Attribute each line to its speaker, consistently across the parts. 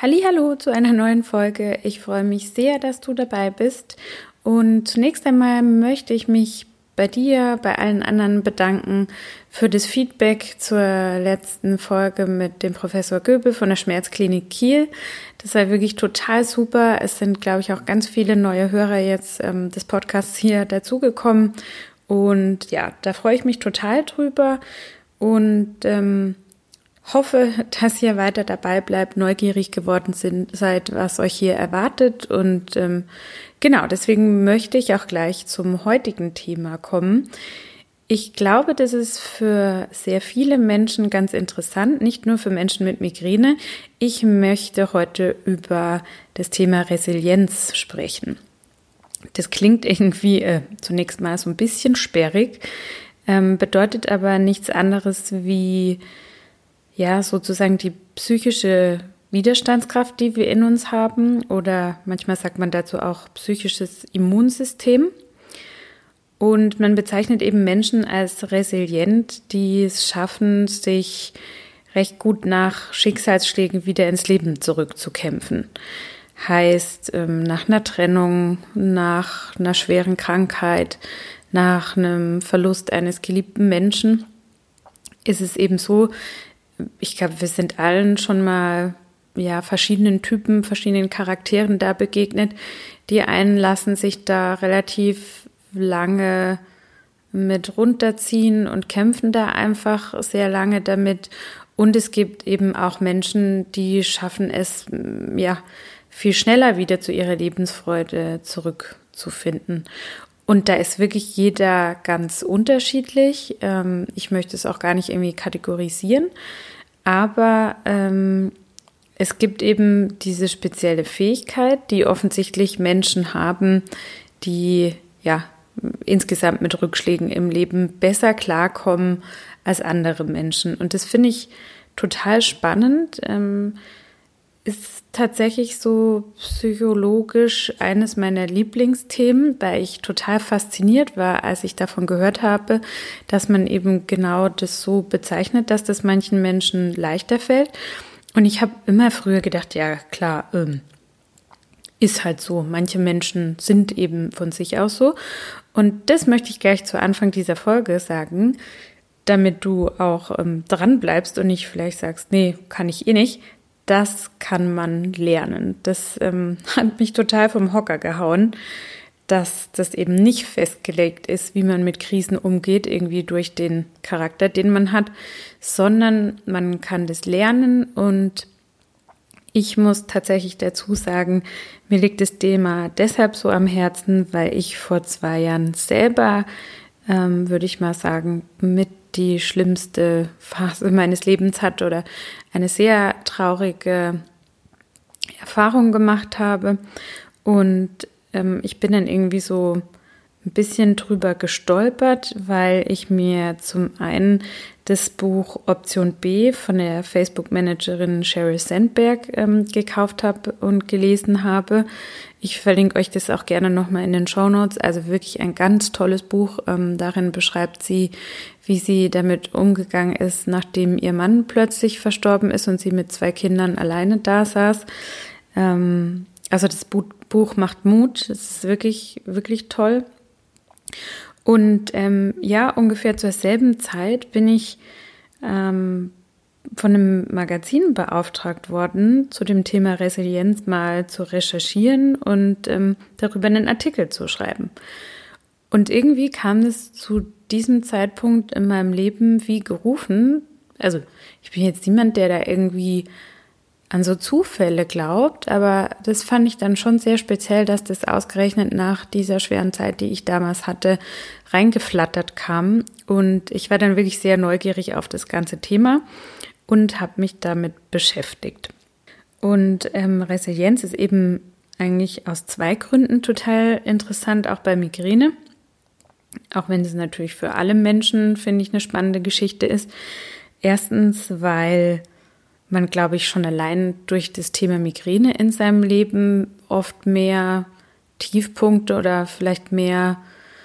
Speaker 1: Hallihallo zu einer neuen Folge. Ich freue mich sehr, dass du dabei bist. Und zunächst einmal möchte ich mich bei dir, bei allen anderen bedanken für das Feedback zur letzten Folge mit dem Professor Göbel von der Schmerzklinik Kiel. Das war wirklich total super. Es sind, glaube ich, auch ganz viele neue Hörer jetzt des Podcasts hier dazugekommen. Und ja, da freue ich mich total drüber und hoffe, dass ihr weiter dabei bleibt, neugierig geworden seid, was euch hier erwartet. Und genau, deswegen möchte ich auch gleich zum heutigen Thema kommen. Ich glaube, das ist für sehr viele Menschen ganz interessant, nicht nur für Menschen mit Migräne. Ich möchte heute über das Thema Resilienz sprechen. Das klingt irgendwie zunächst mal so ein bisschen sperrig, bedeutet aber nichts anderes wie ja, sozusagen die psychische Widerstandskraft, die wir in uns haben, oder manchmal sagt man dazu auch psychisches Immunsystem. Und man bezeichnet eben Menschen als resilient, die es schaffen, sich recht gut nach Schicksalsschlägen wieder ins Leben zurückzukämpfen. Heißt, nach einer Trennung, nach einer schweren Krankheit, nach einem Verlust eines geliebten Menschen, ist es eben so, ich glaube, wir sind allen schon mal verschiedenen Typen, verschiedenen Charakteren da begegnet. Die einen lassen sich da relativ lange mit runterziehen und kämpfen da einfach sehr lange damit. Und es gibt eben auch Menschen, die schaffen es, viel schneller wieder zu ihrer Lebensfreude zurückzufinden. Und da ist wirklich jeder ganz unterschiedlich. Ich möchte es auch gar nicht irgendwie kategorisieren, aber es gibt eben diese spezielle Fähigkeit, die offensichtlich Menschen haben, die insgesamt mit Rückschlägen im Leben besser klarkommen als andere Menschen. Und das finde ich total spannend. Ist tatsächlich so psychologisch eines meiner Lieblingsthemen, weil ich total fasziniert war, als ich davon gehört habe, dass man eben genau das so bezeichnet, dass das manchen Menschen leichter fällt. Und ich habe immer früher gedacht, ja klar, ist halt so. Manche Menschen sind eben von sich aus so. Und das möchte ich gleich zu Anfang dieser Folge sagen, damit du auch dran bleibst und nicht vielleicht sagst, nee, kann ich eh nicht. Das kann man lernen. Das hat mich total vom Hocker gehauen, dass das eben nicht festgelegt ist, wie man mit Krisen umgeht, irgendwie durch den Charakter, den man hat, sondern man kann das lernen. Und ich muss tatsächlich dazu sagen, mir liegt das Thema deshalb so am Herzen, weil ich vor 2 Jahren selber, würde ich mal sagen, mit die schlimmste Phase meines Lebens hatte oder eine sehr traurige Erfahrung gemacht habe. Und ich bin dann irgendwie so ein bisschen drüber gestolpert, weil ich mir zum einen das Buch Option B von der Facebook-Managerin Sheryl Sandberg gekauft habe und gelesen habe. Ich verlinke euch das auch gerne nochmal in den Shownotes. Also wirklich ein ganz tolles Buch. Darin beschreibt sie, wie sie damit umgegangen ist, nachdem ihr Mann plötzlich verstorben ist und sie mit 2 Kindern alleine da saß. Also das Buch macht Mut. Es ist wirklich, wirklich toll. Und ungefähr zur selben Zeit bin ich von einem Magazin beauftragt worden, zu dem Thema Resilienz mal zu recherchieren und darüber einen Artikel zu schreiben. Und irgendwie kam es zu diesem Zeitpunkt in meinem Leben wie gerufen. Also ich bin jetzt niemand, der da irgendwie an so Zufälle glaubt, aber das fand ich dann schon sehr speziell, dass das ausgerechnet nach dieser schweren Zeit, die ich damals hatte, reingeflattert kam. Und ich war dann wirklich sehr neugierig auf das ganze Thema und habe mich damit beschäftigt. Und Resilienz ist eben eigentlich aus 2 Gründen total interessant, auch bei Migräne. Auch wenn es natürlich für alle Menschen, finde ich, eine spannende Geschichte ist. Erstens, weil man, glaube ich, schon allein durch das Thema Migräne in seinem Leben oft mehr Tiefpunkte oder vielleicht mehr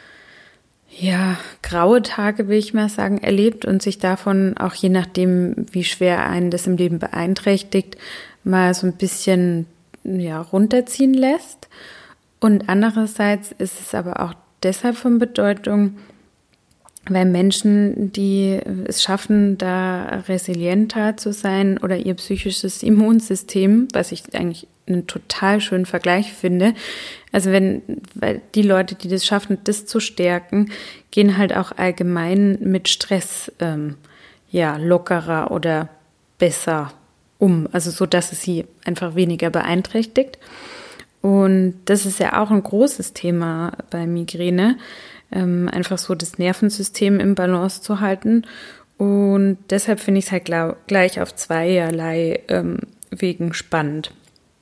Speaker 1: graue Tage, will ich mal sagen, erlebt und sich davon auch je nachdem, wie schwer einen das im Leben beeinträchtigt, mal so ein bisschen runterziehen lässt. Und andererseits ist es aber auch deshalb von Bedeutung, weil Menschen, die es schaffen, da resilienter zu sein oder ihr psychisches Immunsystem, was ich eigentlich einen total schönen Vergleich finde, also weil die Leute, die das schaffen, das zu stärken, gehen halt auch allgemein mit Stress lockerer oder besser um, also so, dass es sie einfach weniger beeinträchtigt. Und das ist ja auch ein großes Thema bei Migräne, einfach so das Nervensystem im Balance zu halten. Und deshalb finde ich es halt gleich auf zweierlei Wegen spannend.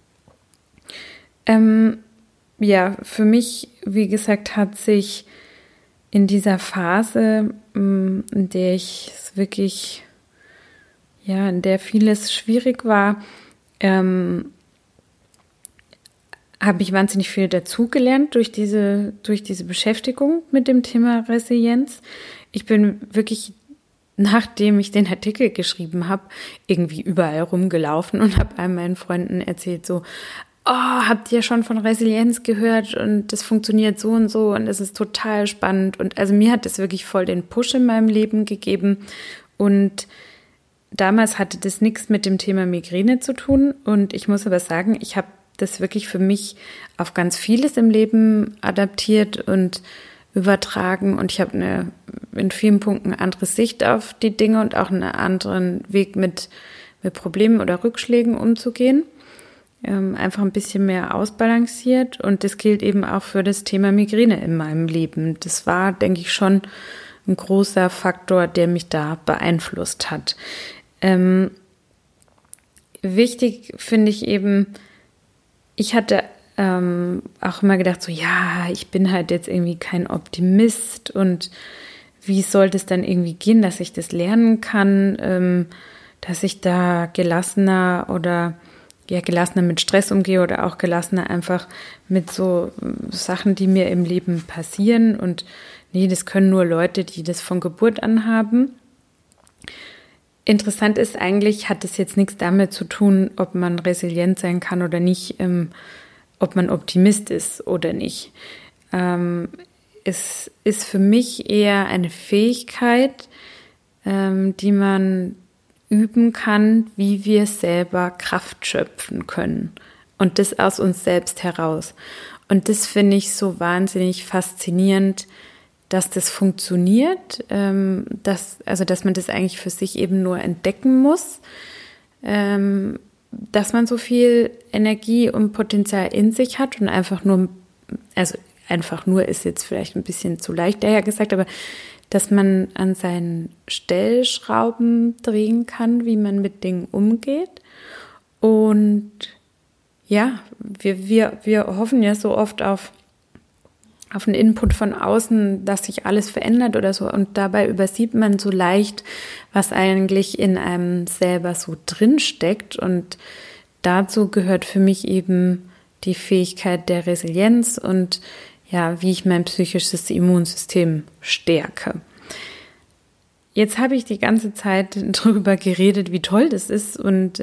Speaker 1: Für mich, wie gesagt, hat sich in dieser Phase, in der ich es wirklich, in der vieles schwierig war, habe ich wahnsinnig viel dazugelernt durch diese Beschäftigung mit dem Thema Resilienz. Ich bin wirklich, nachdem ich den Artikel geschrieben habe, irgendwie überall rumgelaufen und habe all meinen Freunden erzählt so, habt ihr schon von Resilienz gehört und das funktioniert so und so und es ist total spannend. Und also mir hat das wirklich voll den Push in meinem Leben gegeben. Und damals hatte das nichts mit dem Thema Migräne zu tun. Und ich muss aber sagen, ich habe das wirklich für mich auf ganz vieles im Leben adaptiert und übertragen. Und ich habe in vielen Punkten eine andere Sicht auf die Dinge und auch einen anderen Weg mit Problemen oder Rückschlägen umzugehen. Einfach ein bisschen mehr ausbalanciert. Und das gilt eben auch für das Thema Migräne in meinem Leben. Das war, denke ich, schon ein großer Faktor, der mich da beeinflusst hat. Wichtig finde ich eben, ich hatte auch immer gedacht, so ich bin halt jetzt irgendwie kein Optimist und wie soll das dann irgendwie gehen, dass ich das lernen kann, dass ich da gelassener mit Stress umgehe oder auch gelassener einfach mit so Sachen, die mir im Leben passieren. Und nee, das können nur Leute, die das von Geburt an haben. Interessant ist eigentlich, hat es jetzt nichts damit zu tun, ob man resilient sein kann oder nicht, ob man Optimist ist oder nicht. Es ist für mich eher eine Fähigkeit, die man üben kann, wie wir selber Kraft schöpfen können. Und das aus uns selbst heraus. Und das finde ich so wahnsinnig faszinierend, dass das funktioniert, dass man das eigentlich für sich eben nur entdecken muss, dass man so viel Energie und Potenzial in sich hat und einfach nur ist jetzt vielleicht ein bisschen zu leicht daher gesagt, aber dass man an seinen Stellschrauben drehen kann, wie man mit Dingen umgeht. Und ja, wir hoffen ja so oft auf einen Input von außen, dass sich alles verändert oder so. Und dabei übersieht man so leicht, was eigentlich in einem selber so drinsteckt. Und dazu gehört für mich eben die Fähigkeit der Resilienz und wie ich mein psychisches Immunsystem stärke. Jetzt habe ich die ganze Zeit darüber geredet, wie toll das ist und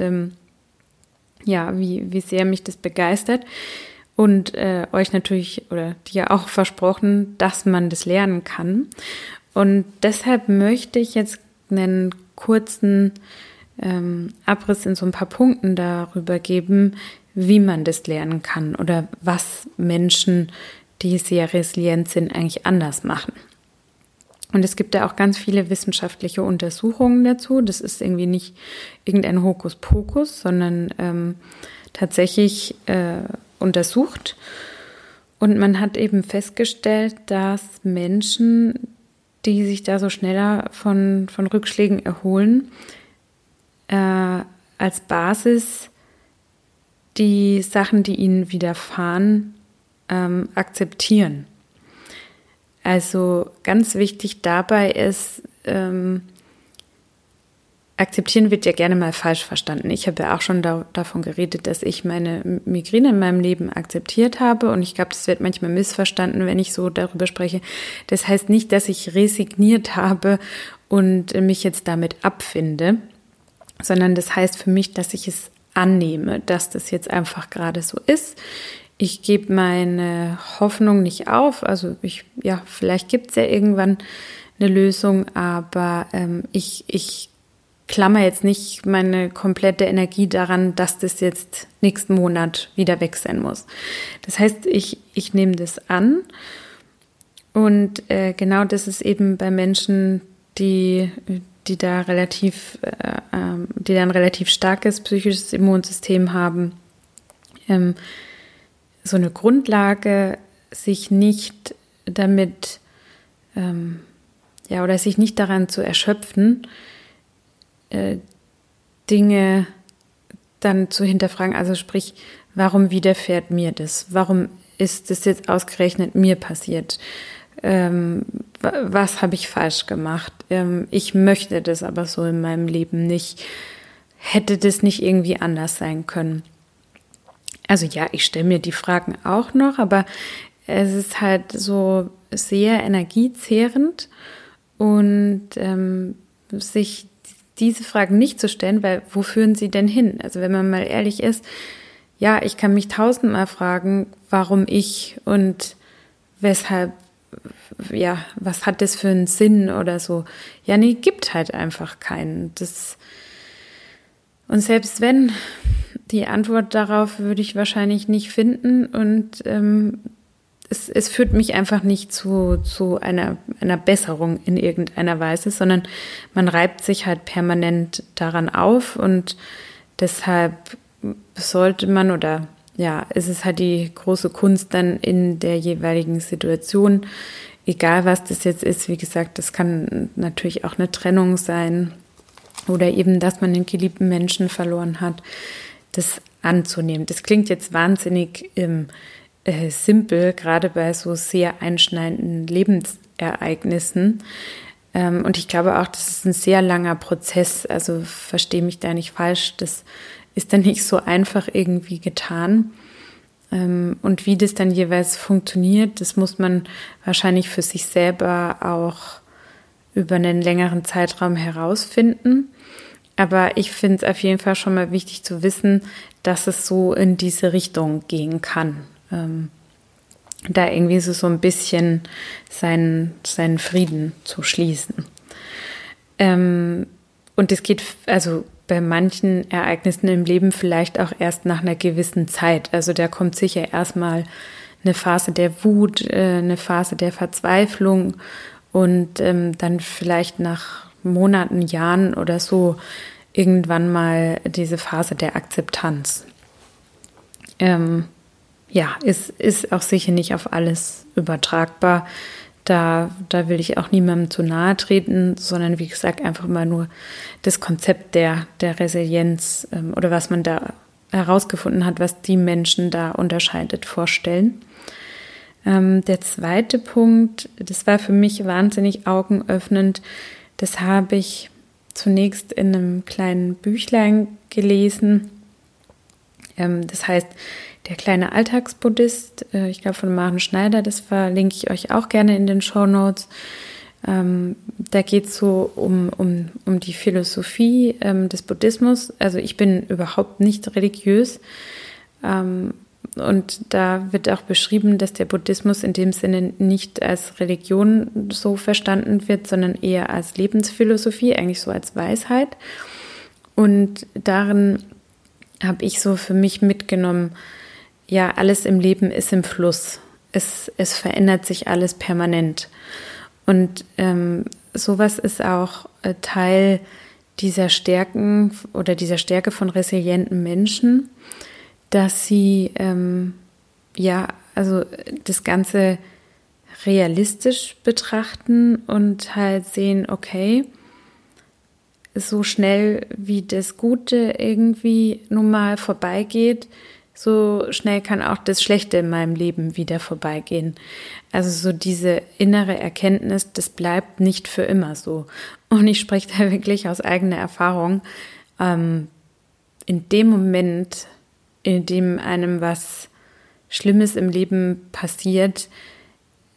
Speaker 1: wie sehr mich das begeistert. Und euch natürlich oder dir auch versprochen, dass man das lernen kann. Und deshalb möchte ich jetzt einen kurzen Abriss in so ein paar Punkten darüber geben, wie man das lernen kann oder was Menschen, die sehr resilient sind, eigentlich anders machen. Und es gibt da auch ganz viele wissenschaftliche Untersuchungen dazu. Das ist irgendwie nicht irgendein Hokuspokus, sondern tatsächlich untersucht. Und man hat eben festgestellt, dass Menschen, die sich da so schneller von Rückschlägen erholen, als Basis die Sachen, die ihnen widerfahren, akzeptieren. Also ganz wichtig dabei ist, akzeptieren wird ja gerne mal falsch verstanden. Ich habe ja auch schon davon geredet, dass ich meine Migräne in meinem Leben akzeptiert habe und ich glaube, das wird manchmal missverstanden, wenn ich so darüber spreche. Das heißt nicht, dass ich resigniert habe und mich jetzt damit abfinde, sondern das heißt für mich, dass ich es annehme, dass das jetzt einfach gerade so ist. Ich gebe meine Hoffnung nicht auf. Also vielleicht gibt es ja irgendwann eine Lösung, aber ich klammer jetzt nicht meine komplette Energie daran, dass das jetzt nächsten Monat wieder weg sein muss. Das heißt, ich nehme das an und genau das ist eben bei Menschen, die da die dann relativ starkes psychisches Immunsystem haben, so eine Grundlage, sich nicht damit oder sich nicht daran zu erschöpfen, Dinge dann zu hinterfragen, also sprich, warum widerfährt mir das? Warum ist das jetzt ausgerechnet mir passiert? Was habe ich falsch gemacht? Ich möchte das aber so in meinem Leben nicht. Hätte das nicht irgendwie anders sein können? Also ja, ich stelle mir die Fragen auch noch, aber es ist halt so sehr energiezehrend und sich diese Fragen nicht zu stellen, weil wo führen sie denn hin? Also wenn man mal ehrlich ist, ja, ich kann mich 1000-mal fragen, warum ich und weshalb, ja, was hat das für einen Sinn oder so. Ja, nee, gibt halt einfach keinen. Und selbst wenn, die Antwort darauf würde ich wahrscheinlich nicht finden und es führt mich einfach nicht zu einer Besserung in irgendeiner Weise, sondern man reibt sich halt permanent daran auf und deshalb sollte man es ist halt die große Kunst dann in der jeweiligen Situation, egal was das jetzt ist, wie gesagt, das kann natürlich auch eine Trennung sein oder eben, dass man einen geliebten Menschen verloren hat, das anzunehmen. Das klingt jetzt wahnsinnig simpel, gerade bei so sehr einschneidenden Lebensereignissen. Und ich glaube auch, das ist ein sehr langer Prozess. Also verstehe mich da nicht falsch. Das ist dann nicht so einfach irgendwie getan. Und wie das dann jeweils funktioniert, das muss man wahrscheinlich für sich selber auch über einen längeren Zeitraum herausfinden. Aber ich finde es auf jeden Fall schon mal wichtig zu wissen, dass es so in diese Richtung gehen kann. Da irgendwie so ein bisschen seinen Frieden zu schließen. Und es geht also bei manchen Ereignissen im Leben vielleicht auch erst nach einer gewissen Zeit. Also da kommt sicher erstmal eine Phase der Wut, eine Phase der Verzweiflung und dann vielleicht nach Monaten, Jahren oder so irgendwann mal diese Phase der Akzeptanz. Ist auch sicher nicht auf alles übertragbar. Da will ich auch niemandem zu nahe treten, sondern wie gesagt einfach mal nur das Konzept der Resilienz oder was man da herausgefunden hat, was die Menschen da unterscheidet, vorstellen. Der zweite Punkt, das war für mich wahnsinnig augenöffnend, das habe ich zunächst in einem kleinen Büchlein gelesen. Das heißt, der kleine Alltagsbuddhist, ich glaube von Maren Schneider, das verlinke ich euch auch gerne in den Shownotes. Da geht es so um die Philosophie des Buddhismus. Also ich bin überhaupt nicht religiös. Und da wird auch beschrieben, dass der Buddhismus in dem Sinne nicht als Religion so verstanden wird, sondern eher als Lebensphilosophie, eigentlich so als Weisheit. Und darin habe ich so für mich mitgenommen, ja, alles im Leben ist im Fluss. Es verändert sich alles permanent. Und sowas ist auch Teil dieser Stärken oder dieser Stärke von resilienten Menschen, dass sie also das Ganze realistisch betrachten und halt sehen, okay, so schnell wie das Gute irgendwie nun mal vorbeigeht, so schnell kann auch das Schlechte in meinem Leben wieder vorbeigehen. Also so diese innere Erkenntnis, das bleibt nicht für immer so. Und ich spreche da wirklich aus eigener Erfahrung. In dem Moment, in dem einem was Schlimmes im Leben passiert,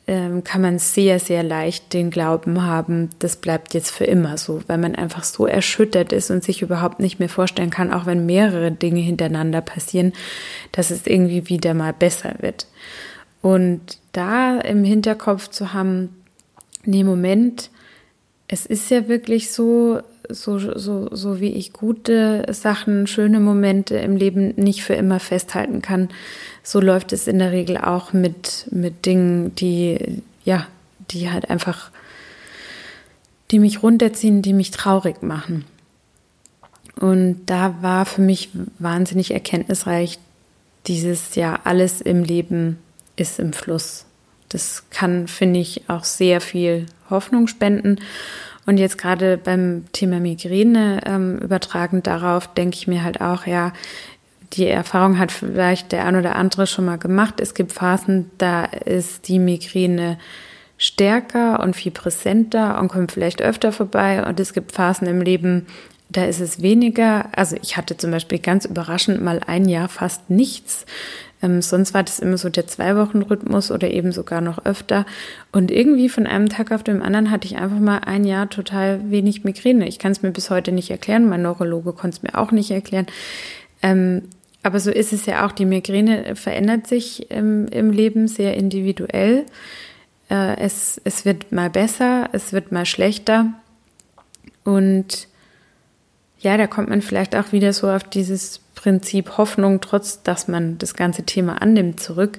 Speaker 1: kann man sehr, sehr leicht den Glauben haben, das bleibt jetzt für immer so, weil man einfach so erschüttert ist und sich überhaupt nicht mehr vorstellen kann, auch wenn mehrere Dinge hintereinander passieren, dass es irgendwie wieder mal besser wird. Und da im Hinterkopf zu haben, nee, Moment, es ist ja wirklich so wie ich gute Sachen, schöne Momente im Leben nicht für immer festhalten kann, so läuft es in der Regel auch mit Dingen, die halt einfach, die mich runterziehen, die mich traurig machen. Und da war für mich wahnsinnig erkenntnisreich dieses, alles im Leben ist im Fluss. Das kann, finde ich, auch sehr viel Hoffnung spenden. Und jetzt gerade beim Thema Migräne übertragend darauf, denke ich mir halt auch, die Erfahrung hat vielleicht der ein oder andere schon mal gemacht. Es gibt Phasen, da ist die Migräne stärker und viel präsenter und kommt vielleicht öfter vorbei. Und es gibt Phasen im Leben, da ist es weniger. Also ich hatte zum Beispiel ganz überraschend mal ein Jahr fast nichts. Sonst war das immer so der 2-Wochen-Rhythmus oder eben sogar noch öfter. Und irgendwie von einem Tag auf den anderen hatte ich einfach mal ein Jahr total wenig Migräne. Ich kann es mir bis heute nicht erklären. Mein Neurologe konnte es mir auch nicht erklären. Aber so ist es ja auch. Die Migräne verändert sich im Leben sehr individuell. Es wird mal besser, es wird mal schlechter. Und da kommt man vielleicht auch wieder so auf dieses Prinzip Hoffnung, trotz dass man das ganze Thema annimmt, zurück.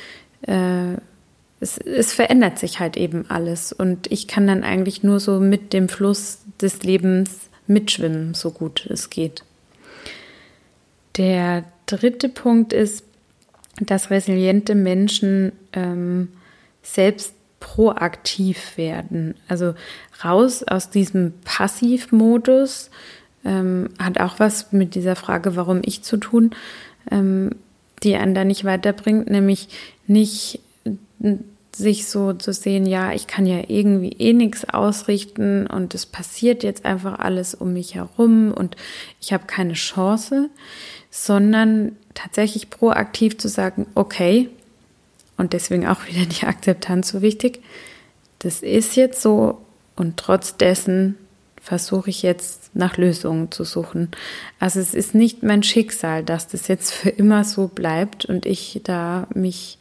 Speaker 1: Es verändert sich halt eben alles. Und ich kann dann eigentlich nur so mit dem Fluss des Lebens mitschwimmen, so gut es geht. Der 3. Punkt ist, dass resiliente Menschen selbst proaktiv werden. Also raus aus diesem Passivmodus, hat auch was mit dieser Frage, warum ich zu tun, die einen da nicht weiterbringt, nämlich nicht sich so zu sehen, ich kann ja irgendwie nichts ausrichten und es passiert jetzt einfach alles um mich herum und ich habe keine Chance, sondern tatsächlich proaktiv zu sagen, okay, und deswegen auch wieder die Akzeptanz so wichtig, das ist jetzt so und trotz dessen versuche ich jetzt nach Lösungen zu suchen. Also es ist nicht mein Schicksal, dass das jetzt für immer so bleibt und ich da mich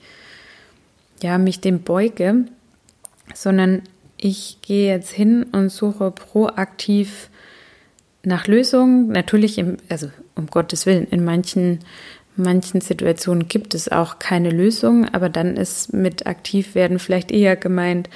Speaker 1: dem beuge, sondern ich gehe jetzt hin und suche proaktiv nach Lösungen. Natürlich, um Gottes Willen, in manchen Situationen gibt es auch keine Lösung, aber dann ist mit aktiv werden vielleicht eher gemeint,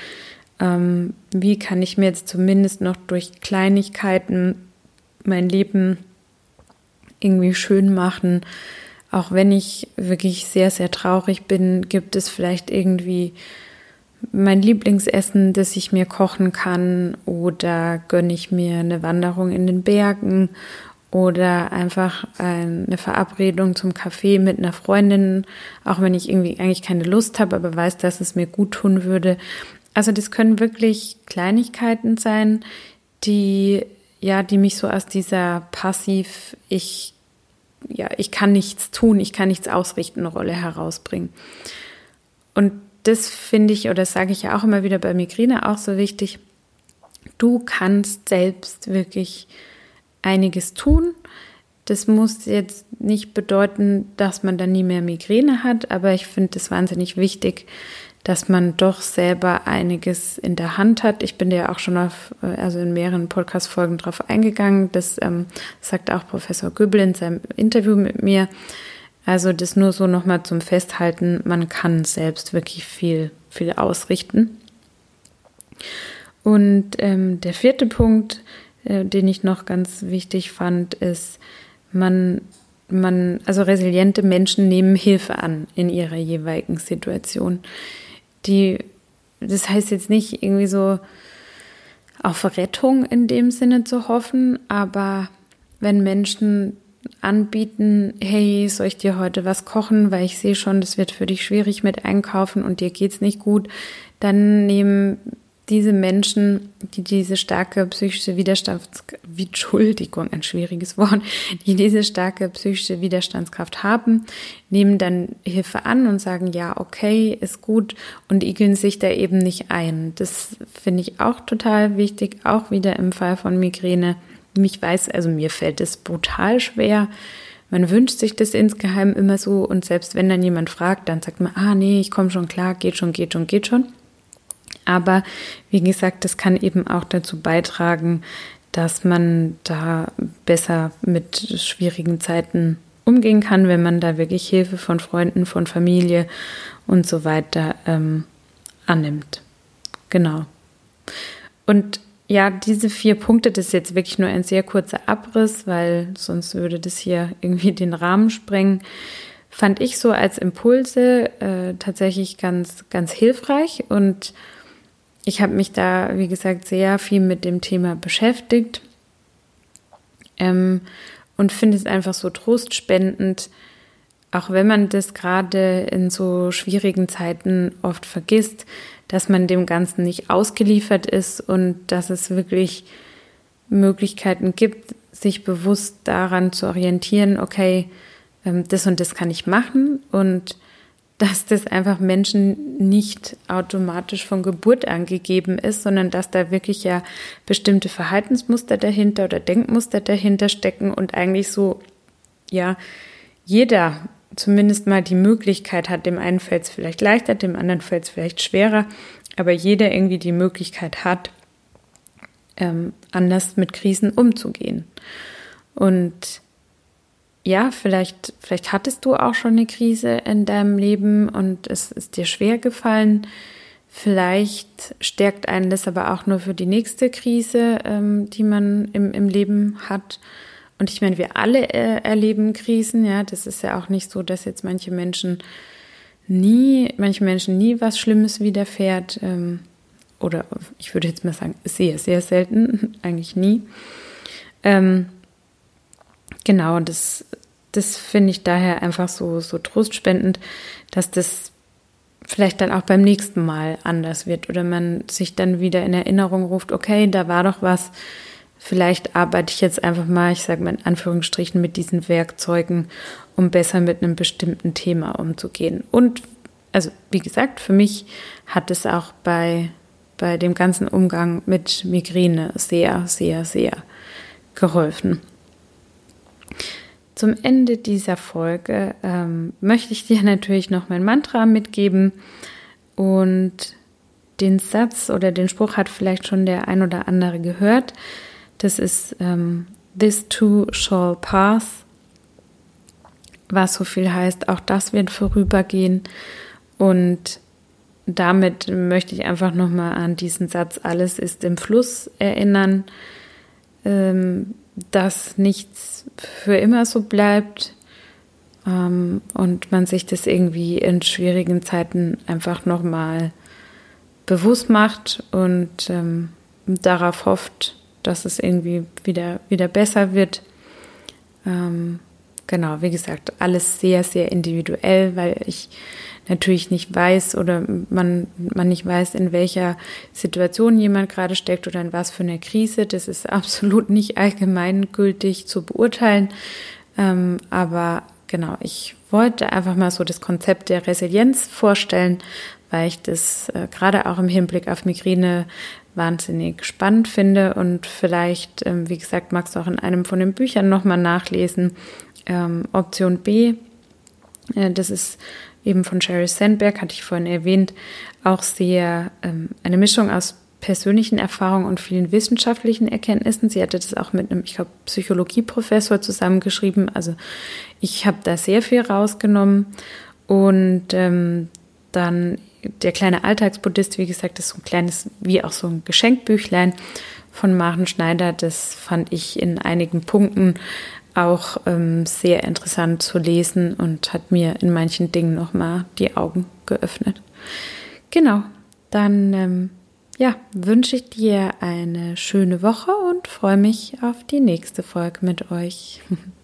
Speaker 1: wie kann ich mir jetzt zumindest noch durch Kleinigkeiten mein Leben irgendwie schön machen. Auch wenn ich wirklich sehr, sehr traurig bin, gibt es vielleicht irgendwie mein Lieblingsessen, das ich mir kochen kann, oder gönne ich mir eine Wanderung in den Bergen oder einfach eine Verabredung zum Kaffee mit einer Freundin, auch wenn ich irgendwie eigentlich keine Lust habe, aber weiß, dass es mir gut tun würde. Also das können wirklich Kleinigkeiten sein, die mich so aus dieser ich kann nichts tun, ich kann nichts ausrichten Rolle herausbringen. Und das finde ich, oder sage ich ja auch immer wieder bei Migräne auch so wichtig, du kannst selbst wirklich einiges tun. Das muss jetzt nicht bedeuten, dass man dann nie mehr Migräne hat, aber ich finde es wahnsinnig wichtig, dass man doch selber einiges in der Hand hat. Ich bin ja auch schon in mehreren Podcast-Folgen drauf eingegangen. Das sagt auch Professor Göbel in seinem Interview mit mir. Also das nur so nochmal zum Festhalten, man kann selbst wirklich viel, viel ausrichten. Und der 4. Punkt, den ich noch ganz wichtig fand, ist, resiliente Menschen nehmen Hilfe an in ihrer jeweiligen Situation. Das heißt jetzt nicht irgendwie so auf Rettung in dem Sinne zu hoffen, aber wenn Menschen anbieten, hey, soll ich dir heute was kochen, weil ich sehe schon, das wird für dich schwierig mit Einkaufen und dir geht's nicht gut, dann nehmen diese Menschen, die diese starke psychische ein schwieriges Wort, die diese starke psychische Widerstandskraft haben, nehmen dann Hilfe an und sagen, ja, okay, ist gut und igeln sich da eben nicht ein. Das finde ich auch total wichtig, auch wieder im Fall von Migräne. Mir fällt es brutal schwer. Man wünscht sich das insgeheim immer so und selbst wenn dann jemand fragt, dann sagt man, nee, ich komme schon klar, geht schon. Aber wie gesagt, das kann eben auch dazu beitragen, dass man da besser mit schwierigen Zeiten umgehen kann, wenn man da wirklich Hilfe von Freunden, von Familie und so weiter annimmt. Genau. Und ja, diese 4 Punkte, das ist jetzt wirklich nur ein sehr kurzer Abriss, weil sonst würde das hier irgendwie den Rahmen sprengen. Fand ich so als Impulse tatsächlich ganz, ganz hilfreich und ich habe mich da, wie gesagt, sehr viel mit dem Thema beschäftigt und finde es einfach so trostspendend, auch wenn man das gerade in so schwierigen Zeiten oft vergisst, dass man dem Ganzen nicht ausgeliefert ist und dass es wirklich Möglichkeiten gibt, sich bewusst daran zu orientieren, okay, das und das kann ich machen und dass das einfach Menschen nicht automatisch von Geburt an gegeben ist, sondern dass da wirklich ja bestimmte Verhaltensmuster dahinter oder Denkmuster dahinter stecken und eigentlich so, ja, jeder zumindest mal die Möglichkeit hat, dem einen fällt es vielleicht leichter, dem anderen fällt es vielleicht schwerer, aber jeder irgendwie die Möglichkeit hat, anders mit Krisen umzugehen. Und ja, vielleicht hattest du auch schon eine Krise in deinem Leben und es ist dir schwer gefallen. Vielleicht stärkt einen das aber auch nur für die nächste Krise, die man im Leben hat. Und ich meine, wir alle erleben Krisen, ja. Das ist ja auch nicht so, dass jetzt manchen Menschen nie was Schlimmes widerfährt. Oder ich würde jetzt mal sagen, sehr, sehr selten, eigentlich nie. Genau, das finde ich daher einfach so trostspendend, dass das vielleicht dann auch beim nächsten Mal anders wird oder man sich dann wieder in Erinnerung ruft, okay, da war doch was, vielleicht arbeite ich jetzt einfach mal, ich sage mal in Anführungsstrichen, mit diesen Werkzeugen, um besser mit einem bestimmten Thema umzugehen. Und also wie gesagt, für mich hat es auch bei dem ganzen Umgang mit Migräne sehr, sehr, sehr geholfen. Zum Ende dieser Folge möchte ich dir natürlich noch mein Mantra mitgeben und den Satz oder den Spruch hat vielleicht schon der ein oder andere gehört. Das ist This too shall pass, was so viel heißt, auch das wird vorübergehen und damit möchte ich einfach nochmal an diesen Satz, alles ist im Fluss erinnern, dass nichts für immer so bleibt und man sich das irgendwie in schwierigen Zeiten einfach nochmal bewusst macht und darauf hofft, dass es irgendwie wieder besser wird. Genau, wie gesagt, alles sehr, sehr individuell, weil ich natürlich nicht weiß oder man nicht weiß, in welcher Situation jemand gerade steckt oder in was für einer Krise. Das ist absolut nicht allgemeingültig zu beurteilen. Aber genau, ich wollte einfach mal so das Konzept der Resilienz vorstellen, weil ich das gerade auch im Hinblick auf Migräne wahnsinnig spannend finde. Und vielleicht, wie gesagt, magst du auch in einem von den Büchern nochmal nachlesen. Option B, das ist eben von Sheryl Sandberg, hatte ich vorhin erwähnt, auch sehr eine Mischung aus persönlichen Erfahrungen und vielen wissenschaftlichen Erkenntnissen. Sie hatte das auch mit einem, ich glaube, Psychologieprofessor zusammengeschrieben. Also ich habe da sehr viel rausgenommen. Und dann der kleine Alltagsbuddhist, wie gesagt, ist so ein kleines, wie auch so ein Geschenkbüchlein von Maren Schneider. Das fand ich in einigen Punkten auch sehr interessant zu lesen und hat mir in manchen Dingen nochmal die Augen geöffnet. Genau, dann wünsche ich dir eine schöne Woche und freue mich auf die nächste Folge mit euch.